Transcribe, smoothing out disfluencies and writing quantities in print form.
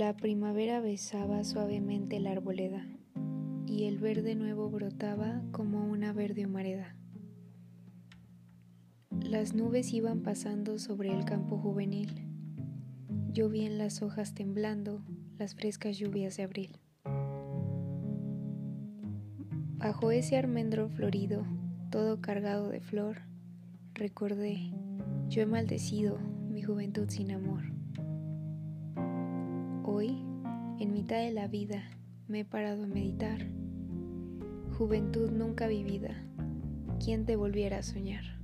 La primavera besaba suavemente la arboleda, y el verde nuevo brotaba como una verde humareda. Las nubes iban pasando sobre el campo juvenil. Yo vi en las hojas temblando las frescas lluvias de abril. Bajo ese almendro florido, todo cargado de flor, recordé, yo he maldecido mi juventud sin amor. Hoy, en mitad de la vida, me he parado a meditar. Juventud nunca vivida, ¿quién te volviera a soñar?